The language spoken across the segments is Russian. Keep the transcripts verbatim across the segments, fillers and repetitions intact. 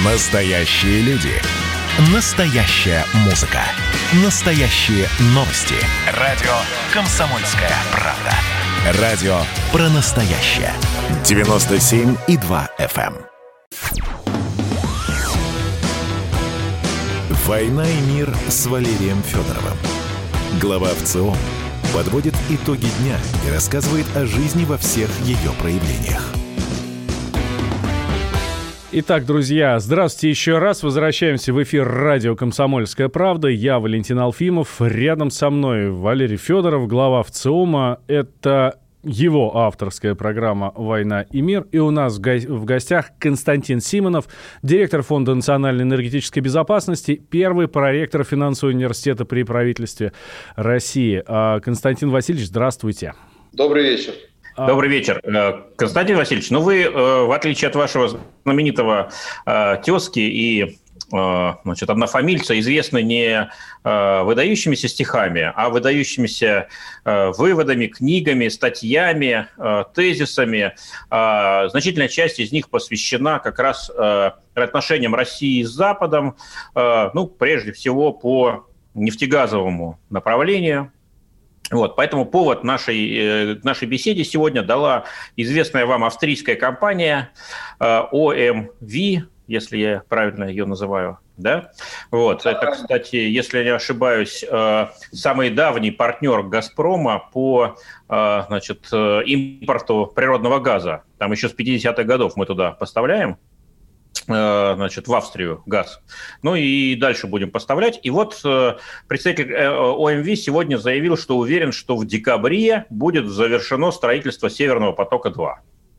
Настоящие люди. Настоящая музыка. Настоящие новости. Радио «Комсомольская правда». Радио про настоящее. девяносто семь и два эф эм. «Война и мир» с Валерием Федоровым. Глава ВЦИОМ подводит итоги дня и рассказывает о жизни во всех ее проявлениях. Итак, друзья, здравствуйте еще раз. Возвращаемся в эфир радио «Комсомольская правда». Я Валентин Алфимов. Рядом со мной Валерий Федоров, глава ВЦИОМа. Это его авторская программа «Война и мир». И у нас в, го- в гостях Константин Симонов, директор Фонда национальной энергетической безопасности, первый проректор финансового университета при правительстве России. Константин Васильевич, здравствуйте. Добрый вечер. Добрый вечер. Константин Васильевич, ну вы, в отличие от вашего знаменитого тезки и, значит, однофамильца, известны не выдающимися стихами, а выдающимися выводами, книгами, статьями, тезисами. Значительная часть из них посвящена как раз отношениям России с Западом, ну, прежде всего по нефтегазовому направлению. Вот, поэтому повод нашей, нашей беседе сегодня дала известная вам австрийская компания о эм ви, если я правильно ее называю, да? Вот, это, кстати, если я не ошибаюсь, самый давний партнер «Газпрома» по, значит, импорту природного газа. Там еще с пятидесятых годов мы туда поставляем. Значит, в Австрию газ. Ну и дальше будем поставлять. И вот представитель о эм ви сегодня заявил, что уверен, что в декабре будет завершено строительство Северного потока-два.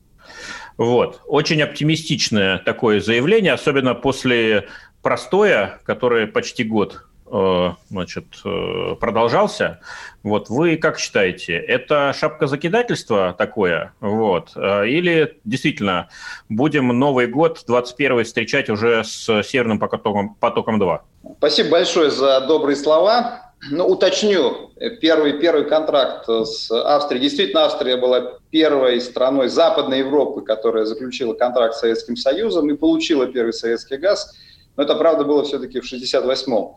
Вот. Очень оптимистичное такое заявление, особенно после простоя, который почти год, значит, продолжался. Вот вы как считаете, это шапкозакидательство такое? Вот, или действительно будем Новый год двадцать первый встречать уже с Северным потоком, потоком-два? Спасибо большое за добрые слова. Ну, уточню, первый, первый контракт с Австрией. Действительно, Австрия была первой страной Западной Европы, которая заключила контракт с Советским Союзом и получила первый советский газ. Но это, правда, было все-таки в шестьдесят восьмом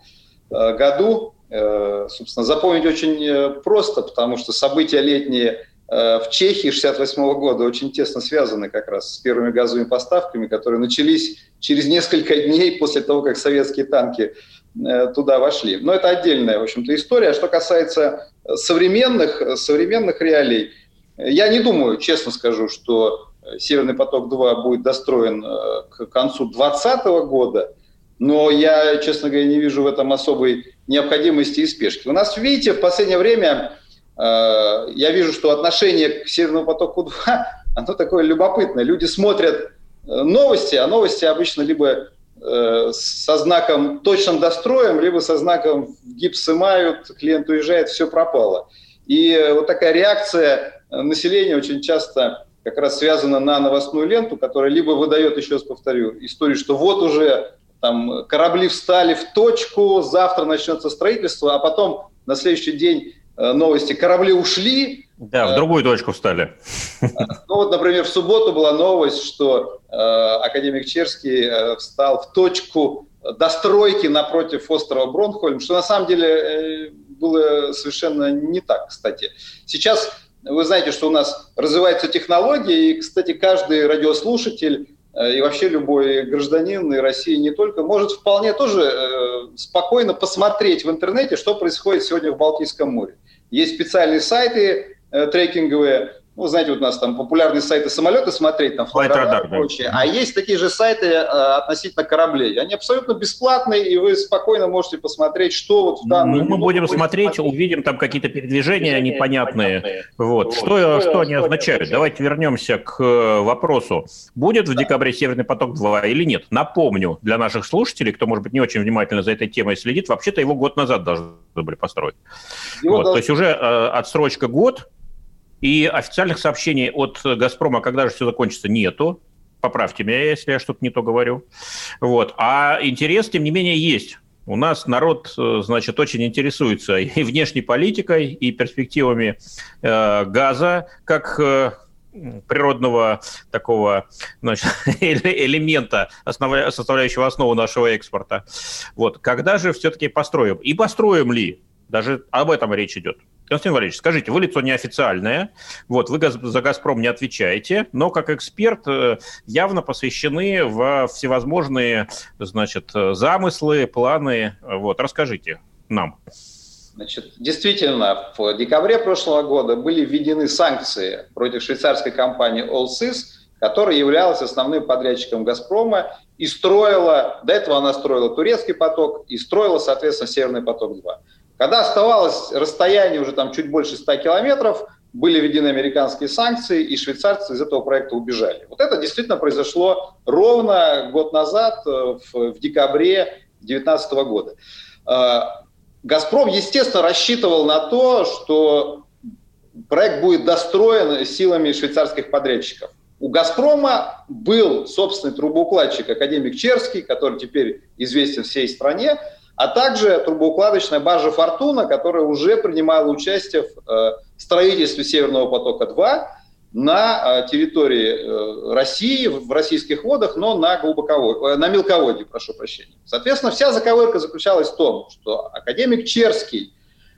году. Собственно, запомнить очень просто, потому что события летние в Чехии шестьдесят восьмого года очень тесно связаны как раз с первыми газовыми поставками, которые начались через несколько дней после того, как советские танки туда вошли. Но это отдельная, в общем-то, история. Что касается современных, современных реалий, я не думаю, честно скажу, что Северный поток-два будет достроен к концу двадцатого года, но я, честно говоря, не вижу в этом особой необходимости и спешки. У нас, видите, в последнее время э, я вижу, что отношение к Северному потоку-два, оно такое любопытное. Люди смотрят новости, а новости обычно либо э, со знаком «точно достроим», либо со знаком «в гипс сымают», клиент уезжает, все пропало. И вот такая реакция населения очень часто как раз связана на новостную ленту, которая либо выдает, еще раз повторю, историю, что вот уже там корабли встали в точку, завтра начнется строительство, а потом на следующий день э, новости: корабли ушли. Да, в другую точку встали. Ну вот, например, в субботу была новость, что э, академик Черский э, встал в точку достройки напротив острова Бронхольм, что на самом деле э, было совершенно не так, кстати. Сейчас вы знаете, что у нас развиваются технологии, и, кстати, каждый радиослушатель и вообще любой гражданин и России не только, может вполне тоже э, спокойно посмотреть в интернете, что происходит сегодня в Балтийском море. Есть специальные сайты э, трекинговые. Ну, знаете, вот у нас там популярные сайты самолеты смотреть, там флайт-радар и прочее. А есть такие же сайты э, относительно кораблей. Они абсолютно бесплатные, и вы спокойно можете посмотреть, что вот в данную... Ну, мы будем смотреть, смотреть, увидим там какие-то передвижения Движения непонятные. непонятные. Вот. Вот. Что, что, что они означают? означают? Давайте вернемся к вопросу. Будет в да. декабре Северный поток-два или нет? Напомню для наших слушателей, кто, может быть, не очень внимательно за этой темой следит, вообще-то его год назад должны были построить. Вот. Должны... То есть уже э, отсрочка год. И официальных сообщений от «Газпрома», когда же все закончится, нету. Поправьте меня, если я что-то не то говорю. Вот. А интерес, тем не менее, есть. У нас народ, значит, очень интересуется и внешней политикой, и перспективами э, газа, как э, природного такого, значит, элемента, основля... составляющего основу нашего экспорта. Вот. Когда же все-таки построим? И построим ли? Даже об этом речь идет. Константин Валерьевич, скажите, вы лицо неофициальное, вот, вы за «Газпром» не отвечаете, но как эксперт явно посвящены в всевозможные, значит, замыслы, планы. Вот, расскажите нам. Значит, действительно, в декабре прошлого года были введены санкции против швейцарской компании «Allsys», которая являлась основным подрядчиком «Газпрома» и строила, до этого она строила турецкий поток и строила, соответственно, «Северный поток-два». Когда оставалось расстояние уже там чуть больше ста километров, были введены американские санкции, и швейцарцы из этого проекта убежали. Вот это действительно произошло ровно год назад, в, в декабре две тысячи девятнадцатого года. «Газпром», естественно, рассчитывал на то, что проект будет достроен силами швейцарских подрядчиков. У «Газпрома» был собственный трубоукладчик академик Черский, который теперь известен всей стране, а также трубоукладочная баржа «Фортуна», которая уже принимала участие в строительстве «Северного потока-два» на территории России, в российских водах, но на, глубоководье, на мелководье, прошу прощения. Соответственно, вся заковырка заключалась в том, что академик Черский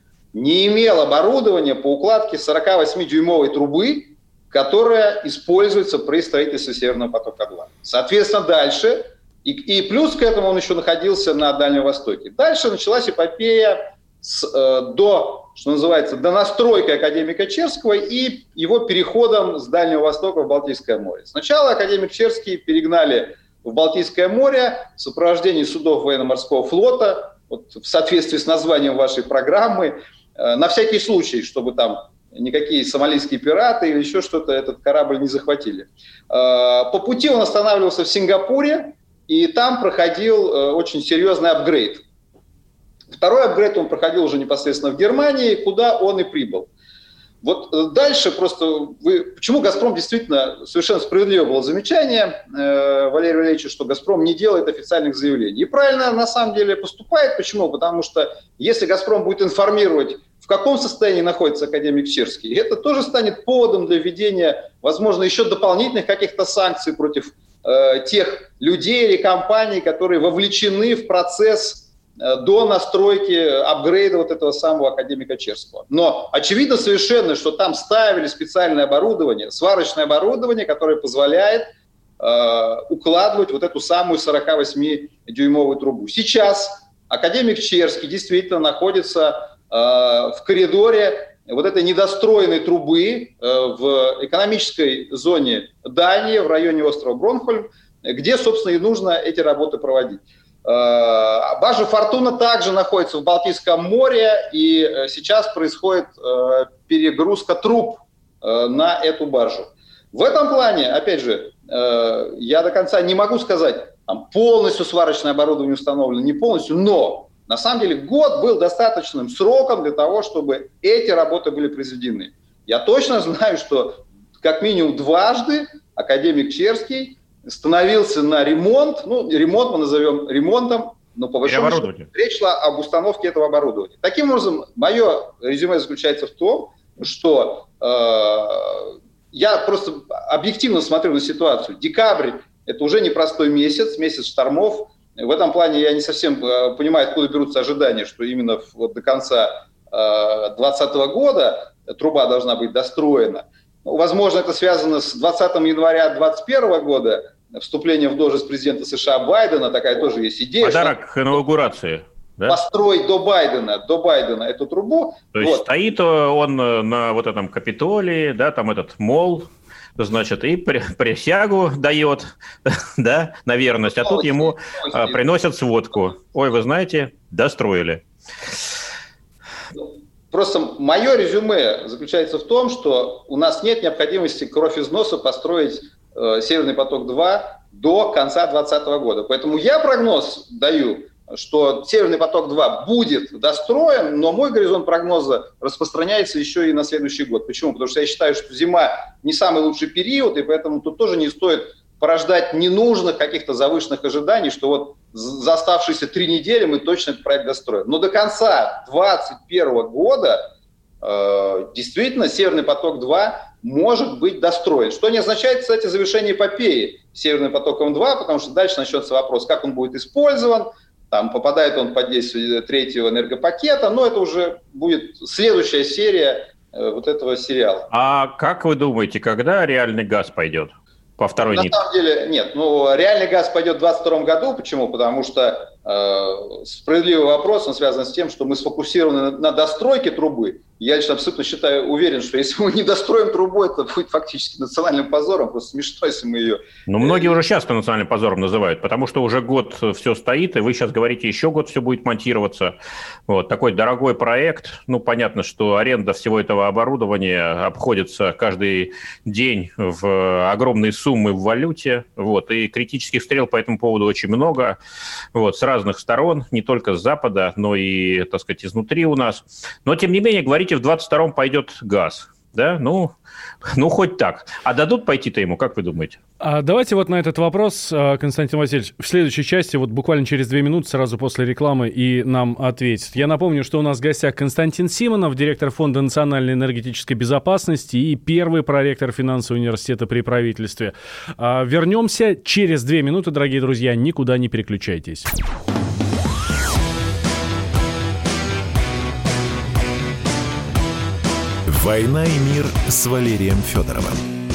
не имел оборудования по укладке сорокавосьмидюймовой трубы, которая используется при строительстве «Северного потока-два». Соответственно, дальше... И, и плюс к этому он еще находился на Дальнем Востоке. Дальше началась эпопея с, э, до, что называется, до настройки академика Черского и его переходом с Дальнего Востока в Балтийское море. Сначала академик Черский перегнали в Балтийское море в сопровождении судов военно-морского флота, вот, в соответствии с названием вашей программы, э, на всякий случай, чтобы там никакие сомалийские пираты или еще что-то этот корабль не захватили. Э, по пути он останавливался в Сингапуре, и там проходил э, очень серьезный апгрейд. Второй апгрейд он проходил уже непосредственно в Германии, куда он и прибыл. Вот э, дальше просто... Вы, почему «Газпром» действительно... Совершенно справедливо было замечание э, Валерия Валерьевича, что «Газпром» не делает официальных заявлений. И правильно на самом деле поступает. Почему? Потому что если «Газпром» будет информировать, в каком состоянии находится академик Черский, это тоже станет поводом для введения, возможно, еще дополнительных каких-то санкций против тех людей или компаний, которые вовлечены в процесс до настройки апгрейда вот этого самого академика Черского. Но очевидно совершенно, что там ставили специальное оборудование, сварочное оборудование, которое позволяет э, укладывать вот эту самую сорокавосьмидюймовую трубу. Сейчас академик Черский действительно находится э, в коридоре вот этой недостроенной трубы э, в экономической зоне Дании, в районе острова Бронхольм, где, собственно, и нужно эти работы проводить. Э, баржа «Фортуна» также находится в Балтийском море, и э, сейчас происходит э, перегрузка труб э, на эту баржу. В этом плане, опять же, э, я до конца не могу сказать, там, полностью сварочное оборудование установлено, не полностью, но... На самом деле год был достаточным сроком для того, чтобы эти работы были произведены. Я точно знаю, что как минимум дважды академик Черский становился на ремонт, ну, ремонт мы назовем ремонтом, но по большому счету речь шла об установке этого оборудования. Таким образом, мое резюме заключается в том, что э, я просто объективно смотрю на ситуацию. Декабрь – это уже непростой месяц, месяц штормов. В этом плане я не совсем э, понимаю, откуда берутся ожидания, что именно вот до конца две тысячи двадцатого года труба должна быть достроена. Ну, возможно, это связано с двадцатого января две тысячи двадцать первого года, вступлением в должность президента США Байдена, такая тоже есть идея. Подарок к инаугурации. Да? Построить до Байдена, до Байдена эту трубу. То есть вот. Стоит он на вот этом Капитолии, да, там этот мол, значит, и присягу дает, да, на верность, а тут ему а, приносят сводку. Ой, вы знаете, достроили. Просто мое резюме заключается в том, что у нас нет необходимости кровь из носа построить э, «Северный поток-два» до конца двадцатого года. Поэтому я прогноз даю, что «Северный поток-два» будет достроен, но мой горизонт прогноза распространяется еще и на следующий год. Почему? Потому что я считаю, что зима не самый лучший период, и поэтому тут тоже не стоит порождать ненужных каких-то завышенных ожиданий, что вот за оставшиеся три недели мы точно этот проект достроим. Но до конца две тысячи двадцать первого года э, действительно «Северный поток-два» может быть достроен. Что не означает, кстати, завершение эпопеи Северным потоком-два, потому что дальше начнется вопрос, как он будет использован, там, попадает он под действие третьего энергопакета, но это уже будет следующая серия э, вот этого сериала. А как вы думаете, когда реальный газ пойдет? По второй На нитке? самом деле нет. Ну, реальный газ пойдет в двадцать втором году. Почему? Потому что э, справедливый вопрос, он связан с тем, что мы сфокусированы на, на достройке трубы. Я лично абсолютно считаю, уверен, что если мы не достроим трубу, это будет фактически национальным позором. Просто смешно, если мы ее... Ну, многие уже сейчас это национальным позором называют, потому что уже год все стоит, и вы сейчас говорите, еще год все будет монтироваться. Вот такой дорогой проект. Ну, понятно, что аренда всего этого оборудования обходится каждый день в огромные суммы в валюте. Вот, и критических стрел по этому поводу очень много. Вот, с разных сторон, не только с Запада, но и, так сказать, изнутри у нас. Но, тем не менее, говорите, в двадцать втором пойдет газ. Да, ну, ну, хоть так. А дадут пойти-то ему, как вы думаете? А давайте вот на этот вопрос, Константин Васильевич, в следующей части, вот буквально через две минуты, сразу после рекламы, и нам ответит. Я напомню, что у нас в гостях Константин Симонов, директор Фонда национальной энергетической безопасности и первый проректор финансового университета при правительстве. А вернемся через две минуты, дорогие друзья, никуда не переключайтесь. «Война и мир» с Валерием Федоровым.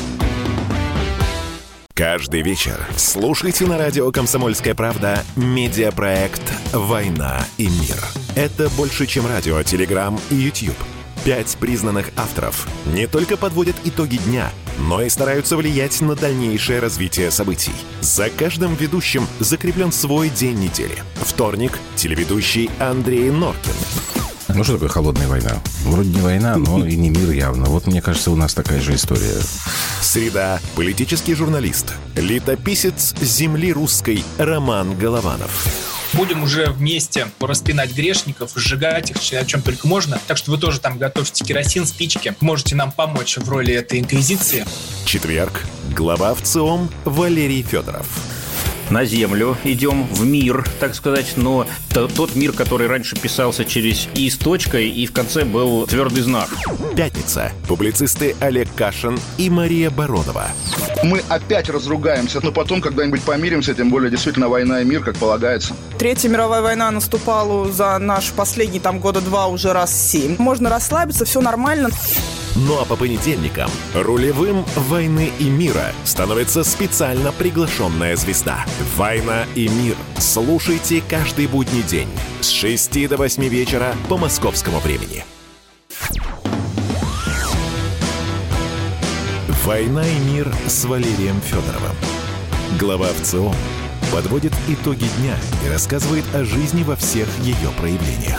Каждый вечер слушайте на радио «Комсомольская правда» медиапроект «Война и мир». Это больше, чем радио, телеграм и YouTube. Пять признанных авторов не только подводят итоги дня, но и стараются влиять на дальнейшее развитие событий. За каждым ведущим закреплен свой день недели. Вторник – телеведущий Андрей Норкин. Ну, что такое холодная война? Вроде не война, но и не мир явно. Вот, мне кажется, у нас такая же история. Среда. Политический журналист, летописец земли русской Роман Голованов. Будем уже вместе распинать грешников, сжигать их, о чем только можно. Так что вы тоже там готовьте керосин, спички. Можете нам помочь в роли этой инквизиции. Четверг. Глава ВЦИОМ Валерий Федоров. На землю идем, в мир, так сказать, но тот мир, который раньше писался через «и» с точкой, и в конце был твердый знак. Пятница. Публицисты Олег Кашин и Мария Баронова. Мы опять разругаемся, но потом когда-нибудь помиримся, тем более действительно война и мир, как полагается. Третья мировая война наступала за наш последний там года два уже раз семь. Можно расслабиться, все нормально. Ну а по понедельникам рулевым «Войны и мира» становится специально приглашенная звезда. «Война и мир». Слушайте каждый будний день с шести до восьми вечера по московскому времени. «Война и мир» с Валерием Федоровым. Глава ВЦИОМ подводит итоги дня и рассказывает о жизни во всех ее проявлениях.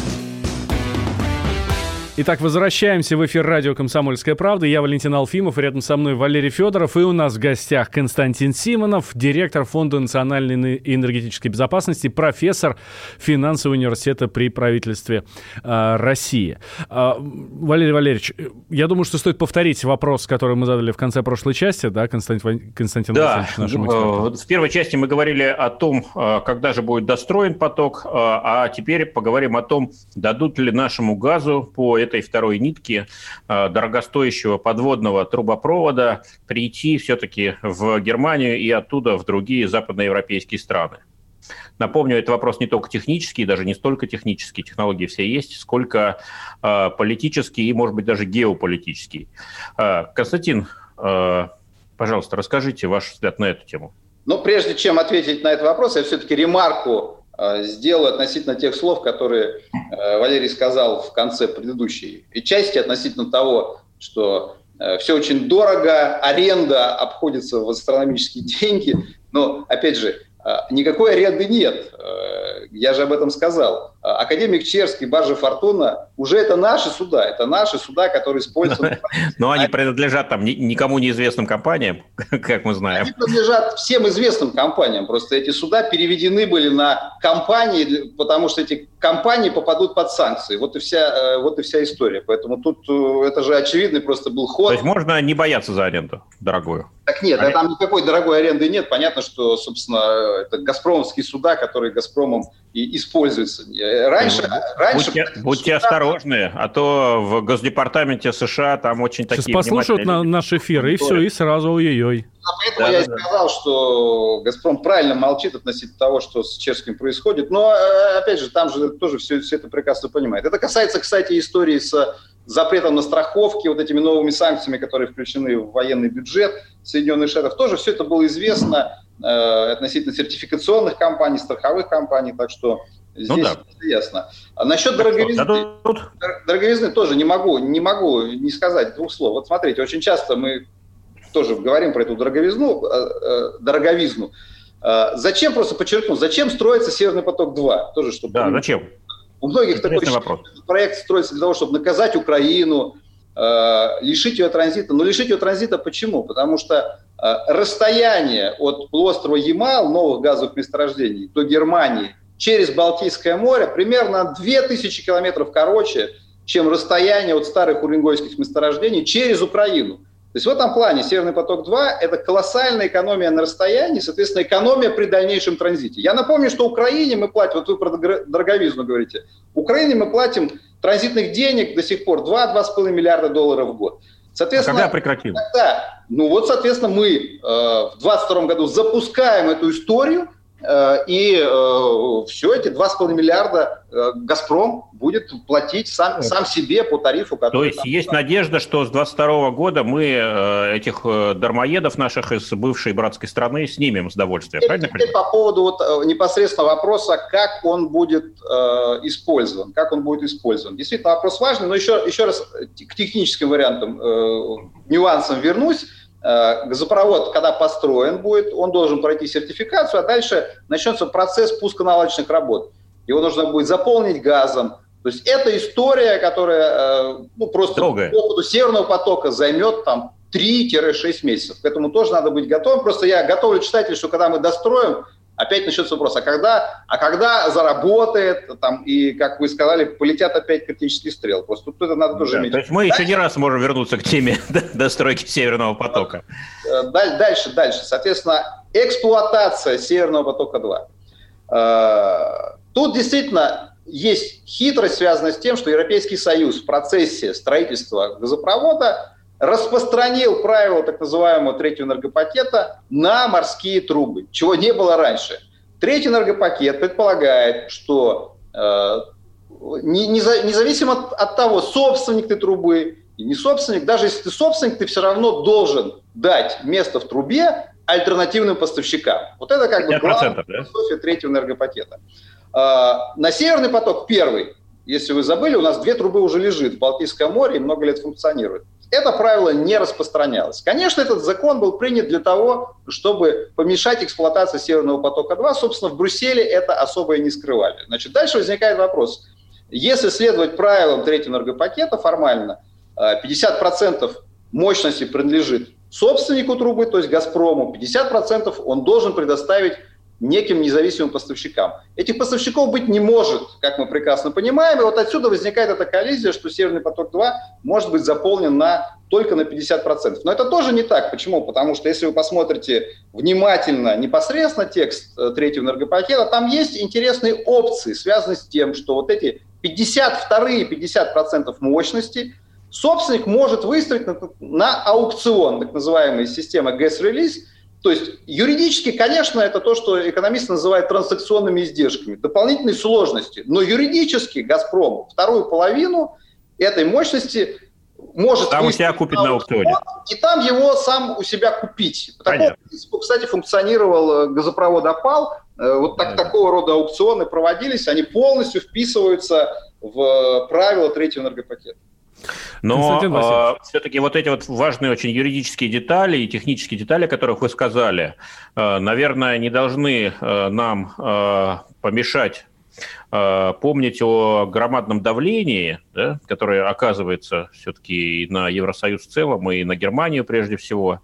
Итак, возвращаемся в эфир радио «Комсомольская правда». Я Валентин Алфимов, рядом со мной Валерий Федоров. И у нас в гостях Константин Симонов, директор Фонда национальной энергетической безопасности, профессор финансового университета при правительстве э, России. Э, Валерий Валерьевич, я думаю, что стоит повторить вопрос, который мы задали в конце прошлой части, да, Константин, Константин да, Васильевич, нашему эксперту. В первой части мы говорили о том, когда же будет достроен поток, а теперь поговорим о том, дадут ли нашему газу по этой второй нитке дорогостоящего подводного трубопровода прийти все-таки в Германию и оттуда в другие западноевропейские страны. Напомню, это вопрос не только технический, даже не столько технический, технологии все есть, сколько э, политический и, может быть, даже геополитический. Э, Константин, э, пожалуйста, расскажите ваш взгляд на эту тему. Ну, прежде чем ответить на этот вопрос, я все-таки ремарку сделаю относительно тех слов, которые э, Валерий сказал в конце предыдущей части, относительно того, что э, все очень дорого, аренда обходится в астрономические деньги, но, опять же, э, никакой аренды нет, э, я же об этом сказал. Академик Черский, баржа «Фортуна» уже это наши суда, это наши суда, которые используют... Но они принадлежат там никому неизвестным компаниям, как мы знаем. Они принадлежат всем известным компаниям, просто эти суда переведены были на компании, потому что эти компании попадут под санкции. Вот и вся, вот и вся история. Поэтому тут это же очевидный просто был ход. То есть можно не бояться за аренду дорогую? Так нет, а там никакой дорогой аренды нет. Понятно, что, собственно, это газпромовские суда, которые «Газпромом» и используется. Раньше... раньше будьте будьте осторожны, а то в Госдепартаменте США там очень Сейчас такие... послушают на наш эфир, и все, и сразу ой-ой-ой. А поэтому да, я да, и сказал, да. что «Газпром» правильно молчит относительно того, что с Черским происходит. Но, опять же, там же тоже все, все это прекрасно понимает. Это касается, кстати, истории с запретом на страховки, вот этими новыми санкциями, которые включены в военный бюджет Соединенных Штатов. Тоже все это было известно э, относительно сертификационных компаний, страховых компаний, так что здесь ну, да. ясно. А насчет дороговизны, дороговизны тоже не могу, не могу не сказать двух слов. Вот смотрите, очень часто мы тоже говорим про эту дороговизну. Э, дороговизну. Э, зачем, просто подчеркну, зачем строится Северный поток-два? Тоже, чтобы да, зачем? У многих такой проект строится для того, чтобы наказать Украину, э, лишить ее транзита. Но лишить ее транзита почему? Потому что э, расстояние от полуострова Ямал, новых газовых месторождений, до Германии через Балтийское море примерно две тысячи километров короче, чем расстояние от старых уренгойских месторождений через Украину. То есть в этом плане Северный поток-два – это колоссальная экономия на расстоянии, соответственно, экономия при дальнейшем транзите. Я напомню, что Украине мы платим, вот вы про дороговизну говорите, Украине мы платим транзитных денег до сих пор два-два с половиной миллиарда долларов в год. Соответственно, а когда прекратим? Когда, ну вот, соответственно, мы э, в двадцать втором году запускаем эту историю, и э, все эти два с половиной миллиарда э, «Газпром» будет платить сам, сам себе по тарифу. То есть есть там... надежда, что с двадцать второго года мы э, этих э, дармоедов наших из бывшей братской страны снимем с удовольствием, правильно? Теперь по поводу вот, непосредственно вопроса, как он будет э, использован. Как он будет использован. Действительно, вопрос важный, но еще, еще раз к техническим вариантам, э, нюансам вернусь. Газопровод, когда построен будет, он должен пройти сертификацию, а дальше начнется процесс пусконаладочных работ. Его нужно будет заполнить газом. То есть это история, которая ну, просто Долгая. по опыту Северного потока займет там три-шесть месяцев. К этому тоже надо быть готовым. Просто я готовлю читателей, что когда мы достроим, опять начнется вопрос, а когда, а когда заработает, там, и, как вы сказали, полетят опять критические стрелы. Просто тут это надо тоже да, иметь. То есть мы дальше, еще не раз можем вернуться к теме достройки Северного потока. Дальше, дальше. Соответственно, эксплуатация Северного потока-два. Тут действительно есть хитрость, связанная с тем, что Европейский Союз в процессе строительства газопровода распространил правила так называемого третьего энергопакета на морские трубы, чего не было раньше. Третий энергопакет предполагает, что э, не, не за, независимо от, от того, собственник ты трубы и не собственник, даже если ты собственник, ты все равно должен дать место в трубе альтернативным поставщикам. Вот это как бы главная философия да? третьего энергопакета. Э, на Северный поток первый, если вы забыли, у нас две трубы уже лежит в Балтийском море и много лет функционирует. Это правило не распространялось. Конечно, этот закон был принят для того, чтобы помешать эксплуатации Северного потока-два. Собственно, в Брюсселе это особо и не скрывали. Значит, дальше возникает вопрос. Если следовать правилам третьего энергопакета формально, пятьдесят процентов мощности принадлежит собственнику трубы, то есть «Газпрому», пятьдесят процентов он должен предоставить неким независимым поставщикам. Этих поставщиков быть не может, как мы прекрасно понимаем, и вот отсюда возникает эта коллизия, что Северный поток-два может быть заполнен на, только на пятьдесят процентов. Но это тоже не так. Почему? Потому что если вы посмотрите внимательно непосредственно текст третьего энергопакета, там есть интересные опции, связанные с тем, что вот эти пятьдесят вторые пятьдесят процентов мощности собственник может выставить на, на аукцион, так называемая система gas-release. То есть юридически, конечно, это то, что экономисты называют транзакционными издержками, дополнительной сложности. Но юридически «Газпром» вторую половину этой мощности может там у себя купить на аукционе. И там его сам у себя купить. По такому принципу, кстати, функционировал газопровод «Опал». Вот так, такого рода аукционы проводились, они полностью вписываются в правила третьего энергопакета. Но э, все-таки вот эти вот важные очень юридические детали и технические детали, о которых вы сказали, э, наверное, не должны э, нам э, помешать э, помнить о громадном давлении, да, которое оказывается все-таки и на Евросоюз в целом, и на Германию прежде всего,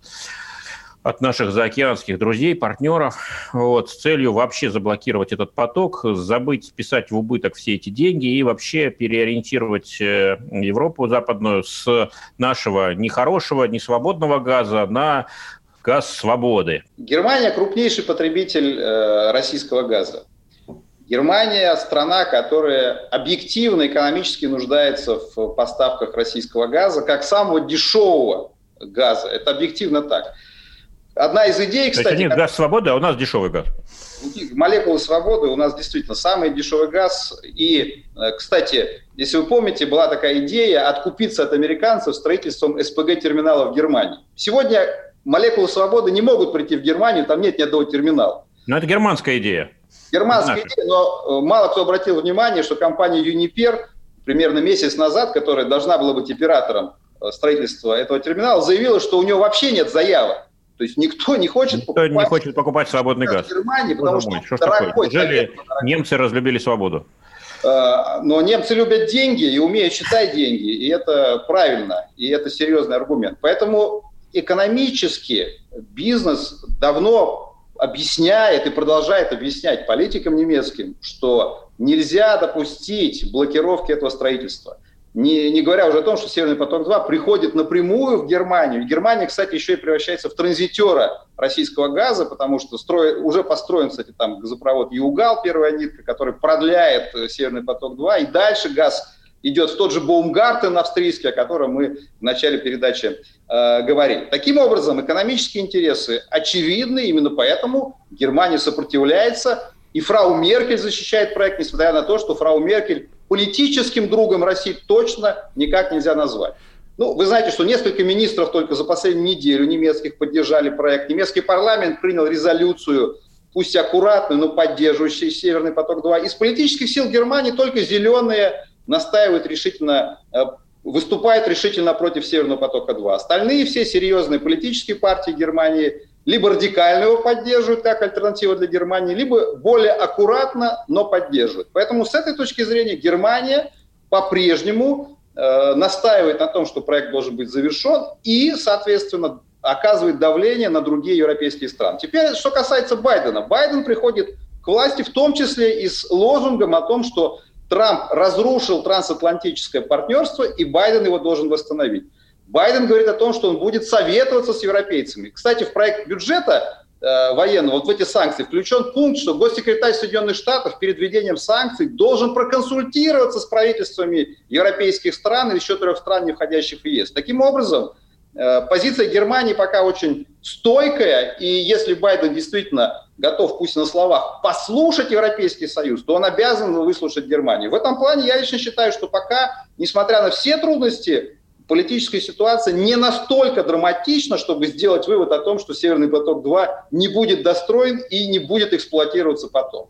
от наших заокеанских друзей, партнеров, вот, с целью вообще заблокировать этот поток, забыть списать в убыток все эти деньги и вообще переориентировать Европу западную с нашего нехорошего, несвободного газа на газ свободы. Германия крупнейший потребитель э, российского газа. Германия – страна, которая объективно экономически нуждается в поставках российского газа, как самого дешевого газа. Это объективно так. Одна из идей, кстати... Это нет как... газ свободы, а у нас дешевый газ. Молекулы свободы у нас действительно самый дешевый газ. И, кстати, если вы помните, была такая идея откупиться от американцев строительством эс пэ гэ-терминала в Германии. Сегодня молекулы свободы не могут прийти в Германию, там нет ни одного терминала. Но это германская идея. Германская идея, но мало кто обратил внимание, что компания Uniper примерно месяц назад, которая должна была быть оператором строительства этого терминала, заявила, что у нее вообще нет заявок. То есть никто не хочет никто покупать, не хочет покупать свободный газ. В Германии, потому что, что дорогой. Неужели немцы разлюбили свободу? Но немцы любят деньги и умеют считать деньги, и это правильно, и это серьезный аргумент. Поэтому экономически бизнес давно объясняет и продолжает объяснять политикам немецким, что нельзя допустить блокировки этого строительства. Не, не говоря уже о том, что Северный поток-два приходит напрямую в Германию. Германия, кстати, еще и превращается в транзитера российского газа, потому что строит, уже построен, кстати, там газопровод Югал, первая нитка, который продляет Северный поток-два, и дальше газ идет в тот же Baumgarten австрийский, о котором мы в начале передачи э, говорили. Таким образом, экономические интересы очевидны, именно поэтому Германия сопротивляется, и фрау Меркель защищает проект, несмотря на то, что фрау Меркель политическим другом России точно никак нельзя назвать. Ну, вы знаете, что несколько министров только за последнюю неделю немецких поддержали проект. Немецкий парламент принял резолюцию, пусть и аккуратную, но поддерживающую Северный поток-два. Из политических сил Германии только зеленые настаивают решительно, выступают решительно против Северного потока-два. Остальные все серьезные политические партии Германии либо радикально его поддерживают как альтернатива для Германии, либо более аккуратно, но поддерживают. Поэтому с этой точки зрения Германия по-прежнему э, настаивает на том, что проект должен быть завершен и, соответственно, оказывает давление на другие европейские страны. Теперь, что касается Байдена. Байден приходит к власти в том числе и с лозунгом о том, что Трамп разрушил трансатлантическое партнерство, и Байден его должен восстановить. Байден говорит о том, что он будет советоваться с европейцами. Кстати, в проект бюджета э, военного, вот в эти санкции, включен пункт, что госсекретарь Соединенных Штатов перед введением санкций должен проконсультироваться с правительствами европейских стран и еще трех стран, не входящих в ЕС. Таким образом, э, позиция Германии пока очень стойкая, и если Байден действительно готов, пусть на словах, послушать Европейский Союз, то он обязан выслушать Германию. В этом плане я лично считаю, что пока, несмотря на все трудности, политическая ситуация не настолько драматична, чтобы сделать вывод о том, что Северный поток-два не будет достроен и не будет эксплуатироваться потом.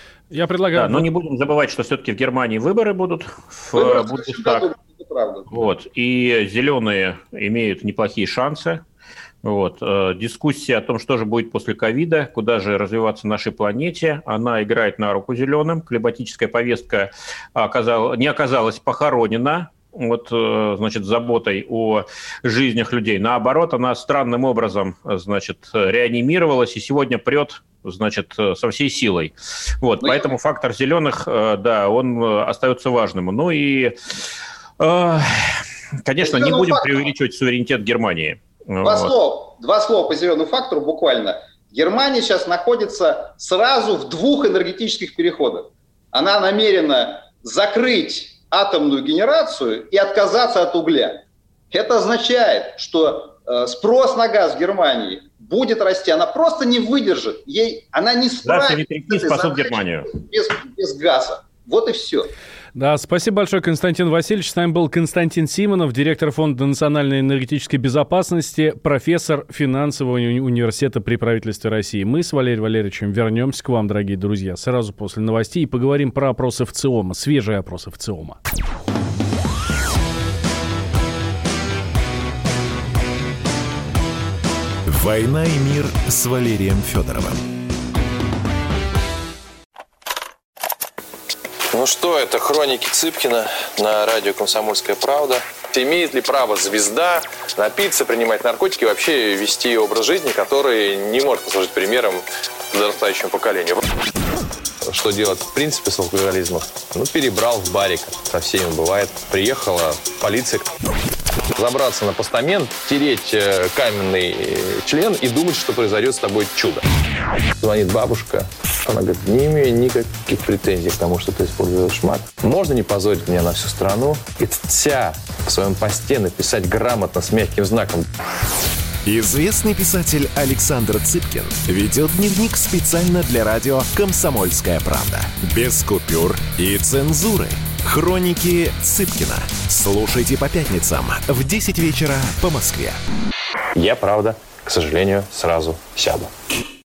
Я предлагаю... Да, но не будем забывать, что все-таки в Германии выборы будут в Выборы, Бундестаг. Вот, и зеленые имеют неплохие шансы. Вот. Дискуссия о том, что же будет после ковида, куда же развиваться нашей планете, она играет на руку зеленым. Климатическая повестка оказала, не оказалась похоронена. Вот, значит, заботой о жизнях людей. Наоборот, она странным образом, значит, реанимировалась и сегодня прет, значит, со всей силой. Вот, ну, поэтому я... фактор зеленых, да, он остается важным. Ну и, конечно, не будем фактору. преувеличивать суверенитет Германии. Два, вот. слова, два слова по зеленому фактору буквально. Германия сейчас находится сразу в двух энергетических переходах. Она намерена закрыть атомную генерацию и отказаться от угля. Это означает, что э, спрос на газ в Германии будет расти. Она просто не выдержит. Ей, она не справится без, без газа. Вот и все. Да, спасибо большое, Константин Васильевич. С нами был Константин Симонов, директор Фонда национальной энергетической безопасности, профессор финансового уни- университета при правительстве России. Мы с Валерием Валерьевичем вернемся к вам, дорогие друзья, сразу после новостей и поговорим про опросы ВЦИОМа, свежие опросы ВЦИОМа. «Война и мир» с Валерием Федоровым. Ну что, это хроники Цыпкина на радио «Комсомольская правда». Имеет ли право звезда напиться, принимать наркотики и вообще вести образ жизни, который не может послужить примером подрастающему поколению? что делать в принципе с алкоголизмом. Ну, перебрал в барик. Со всеми бывает. Приехала полиция. Забраться на постамент, тереть каменный член и думать, что произойдет с тобой чудо. Звонит бабушка. Она говорит, не имею никаких претензий к тому, что ты используешь мат. Можно не позорить меня на всю страну и вся в своем посте написать грамотно с мягким знаком. Известный писатель Александр Цыпкин ведет дневник специально для радио «Комсомольская правда». Без купюр и цензуры. Хроники Цыпкина. Слушайте по пятницам в десять вечера по Москве. Я, правда, к сожалению, сразу сяду.